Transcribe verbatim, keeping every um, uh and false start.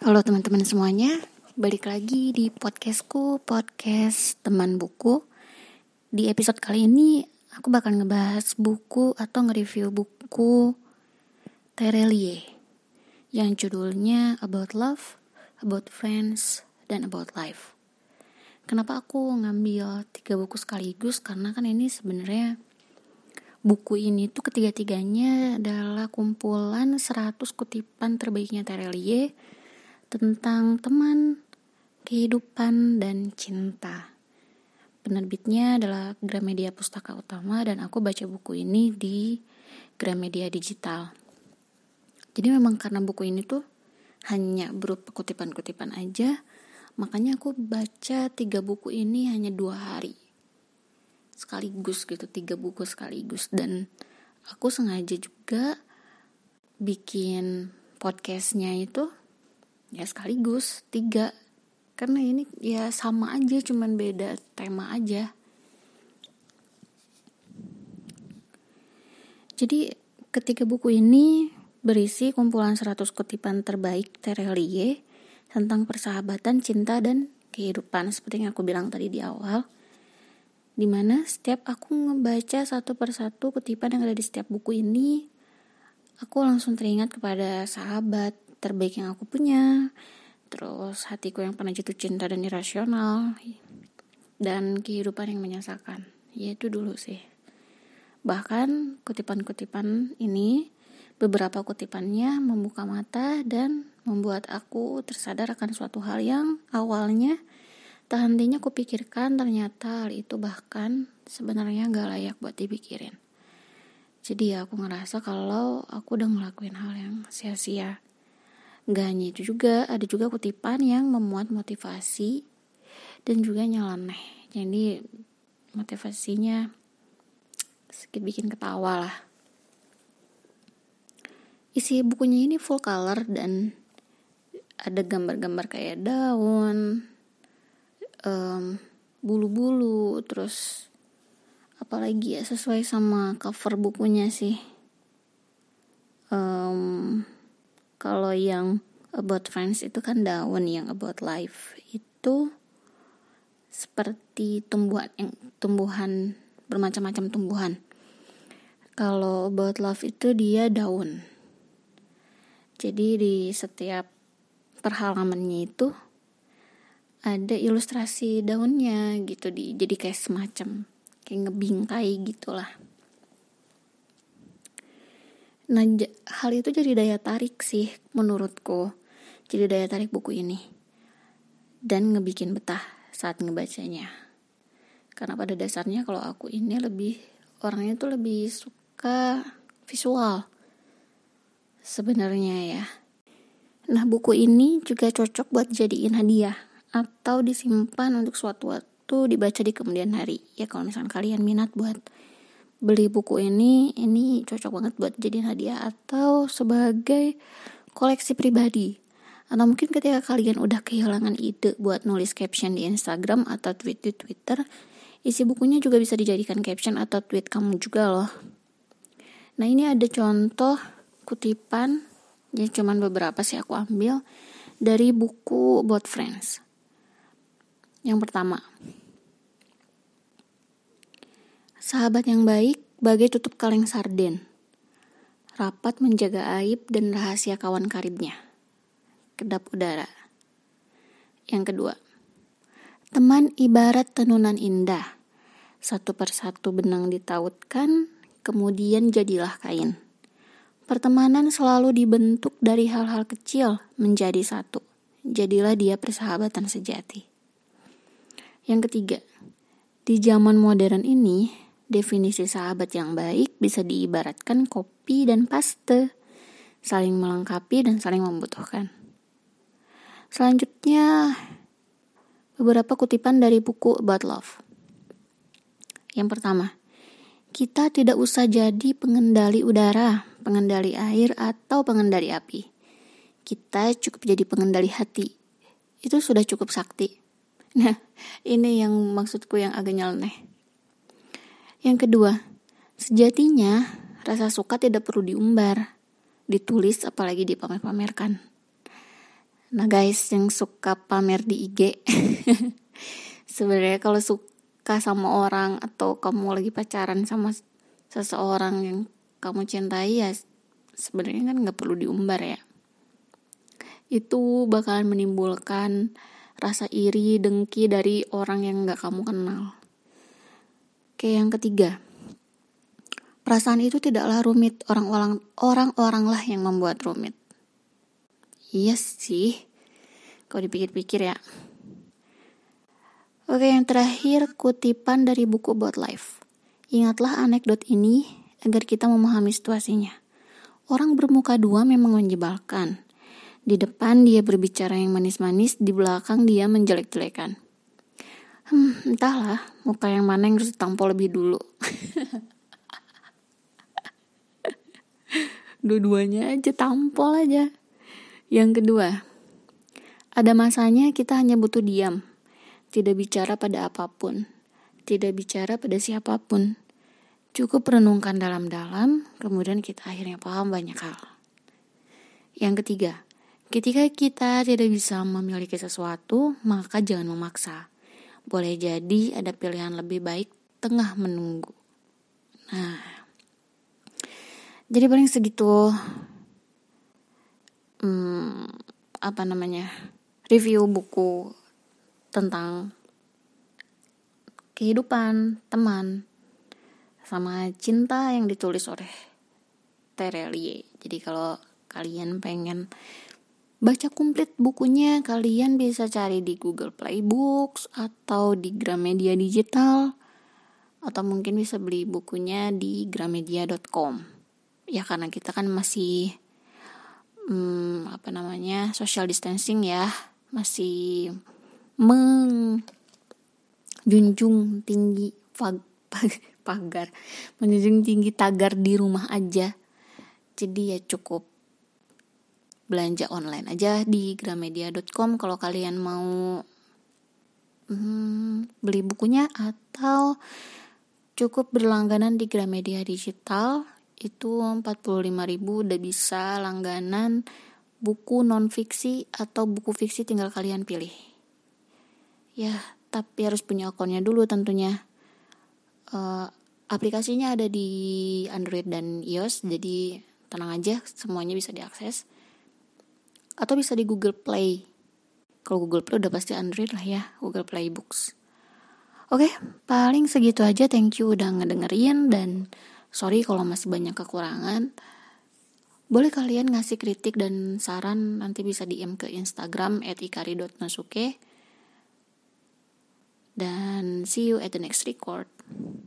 Halo teman-teman semuanya, balik lagi di podcastku, podcast teman buku. Di episode kali ini aku bakal ngebahas buku atau nge-review buku Terelie yang judulnya About Love, About Friends, dan About Life. Kenapa aku ngambil tiga buku sekaligus? Karena kan ini sebenarnya buku ini tuh ketiga-tiganya adalah kumpulan seratus kutipan terbaiknya Terelie tentang teman, kehidupan, dan cinta. Penerbitnya adalah Gramedia Pustaka Utama dan aku baca buku ini di Gramedia Digital. Jadi memang karena buku ini tuh hanya berupa kutipan-kutipan aja, makanya aku baca tiga buku ini hanya dua hari. Sekaligus gitu, tiga buku sekaligus. Dan aku sengaja juga bikin podcastnya itu ya sekaligus tiga, karena ini ya sama aja, cuman beda tema aja. Jadi ketiga buku ini berisi kumpulan seratus kutipan terbaik Terelie tentang persahabatan, cinta, dan kehidupan, seperti yang aku bilang tadi di awal, dimana setiap aku ngebaca satu persatu kutipan yang ada di setiap buku ini, aku langsung teringat kepada sahabat terbaik yang aku punya, terus hatiku yang pernah jatuh cinta dan irasional, dan kehidupan yang menyesakan. Ya itu dulu sih. Bahkan kutipan-kutipan ini, beberapa kutipannya membuka mata dan membuat aku tersadar akan suatu hal yang awalnya tak hentinya kupikirkan, ternyata hal itu bahkan sebenarnya gak layak buat dipikirin. Jadi ya aku ngerasa kalau aku udah ngelakuin hal yang sia-sia. Gak hanya itu juga, ada juga kutipan yang memuat motivasi dan juga nyeleneh. Jadi motivasinya sedikit bikin ketawa lah. Isi bukunya ini full color dan ada gambar-gambar kayak daun, um, bulu-bulu, terus apalagi ya sesuai sama cover bukunya sih. Um, Kalau yang About Friends itu kan daun, yang About Life itu seperti tumbuhan, yang tumbuhan bermacam-macam tumbuhan. Kalau About Love itu dia daun. Jadi di setiap perhalamannya itu ada ilustrasi daunnya gitu, di jadi kayak semacam kayak ngebingkai gitulah. Nah, hal itu jadi daya tarik sih menurutku. Jadi daya tarik buku ini. Dan ngebikin betah saat ngebacanya. Karena pada dasarnya kalau aku ini lebih, orangnya tuh lebih suka visual sebenarnya ya. Nah, buku ini juga cocok buat jadiin hadiah atau disimpan untuk suatu waktu dibaca di kemudian hari. Ya kalau misalkan kalian minat buat beli buku ini, ini cocok banget buat jadiin hadiah atau sebagai koleksi pribadi. Atau mungkin ketika kalian udah kehilangan ide buat nulis caption di Instagram atau tweet di Twitter, isi bukunya juga bisa dijadikan caption atau tweet kamu juga loh. Nah, ini ada contoh kutipan, ya cuman beberapa sih aku ambil dari buku About Friends. Yang pertama, sahabat yang baik bagai tutup kaleng sarden, rapat menjaga aib dan rahasia kawan karibnya, kedap udara. Yang kedua, teman ibarat tenunan indah, satu persatu benang ditautkan, kemudian jadilah kain. Pertemanan selalu dibentuk dari hal-hal kecil menjadi satu, jadilah dia persahabatan sejati. Yang ketiga, di zaman modern ini, definisi sahabat yang baik bisa diibaratkan kopi dan paste, saling melengkapi dan saling membutuhkan. Selanjutnya, beberapa kutipan dari buku About Love. Yang pertama, kita tidak usah jadi pengendali udara, pengendali air, atau pengendali api. Kita cukup jadi pengendali hati. Itu sudah cukup sakti. Nah, ini yang maksudku yang agak nyeleneh. Yang kedua, sejatinya rasa suka tidak perlu diumbar, ditulis apalagi dipamer-pamerkan. Nah guys, yang suka pamer di I G, sebenarnya kalau suka sama orang atau kamu lagi pacaran sama seseorang yang kamu cintai, ya sebenarnya kan nggak perlu diumbar ya. Itu bakalan menimbulkan rasa iri, dengki dari orang yang nggak kamu kenal. Oke, yang ketiga, perasaan itu tidaklah rumit, orang-orang orang-orang lah yang membuat rumit. Iya sih, kalau dipikir-pikir ya. Oke, yang terakhir, kutipan dari buku About Life. Ingatlah anekdot ini agar kita memahami situasinya. Orang bermuka dua memang menyebalkan. Di depan dia berbicara yang manis-manis, di belakang dia menjelek-jelekan. Hmm, entahlah, muka yang mana yang harus ditampol lebih dulu. Dua-duanya aja, tampol aja. Yang kedua, ada masanya kita hanya butuh diam. Tidak bicara pada apapun. Tidak bicara pada siapapun. Cukup renungkan dalam-dalam, kemudian kita akhirnya paham banyak hal. Yang ketiga, ketika kita tidak bisa memiliki sesuatu, maka jangan memaksa. Boleh jadi ada pilihan lebih baik tengah menunggu. Nah, jadi paling segitu hmm, apa namanya review buku tentang kehidupan, teman, sama cinta yang ditulis oleh Terelie. Jadi kalau kalian pengen baca komplit bukunya, kalian bisa cari di Google Play Books atau di Gramedia Digital, atau mungkin bisa beli bukunya di gramedia dot com. Ya karena kita kan masih hmm, apa namanya social distancing ya, masih menjunjung tinggi pag, pag, pagar, menjunjung tinggi tagar di rumah aja. Jadi ya cukup belanja online aja di gramedia dot com kalau kalian mau hmm, beli bukunya, atau cukup berlangganan di Gramedia Digital. Itu empat puluh lima ribu udah bisa langganan buku non fiksi atau buku fiksi, tinggal kalian pilih. Ya, tapi harus punya akunnya dulu tentunya. Uh, aplikasinya ada di Android dan iOS, jadi tenang aja, semuanya bisa diakses. Atau bisa di Google Play. Kalau Google Play udah pasti Android lah ya, Google Play Books. Oke, paling segitu aja. Thank you udah ngedengerin, dan sorry kalau masih banyak kekurangan. Boleh kalian ngasih kritik dan saran, nanti bisa D M ke Instagram at ikari dot nasuke. Dan see you at the next record.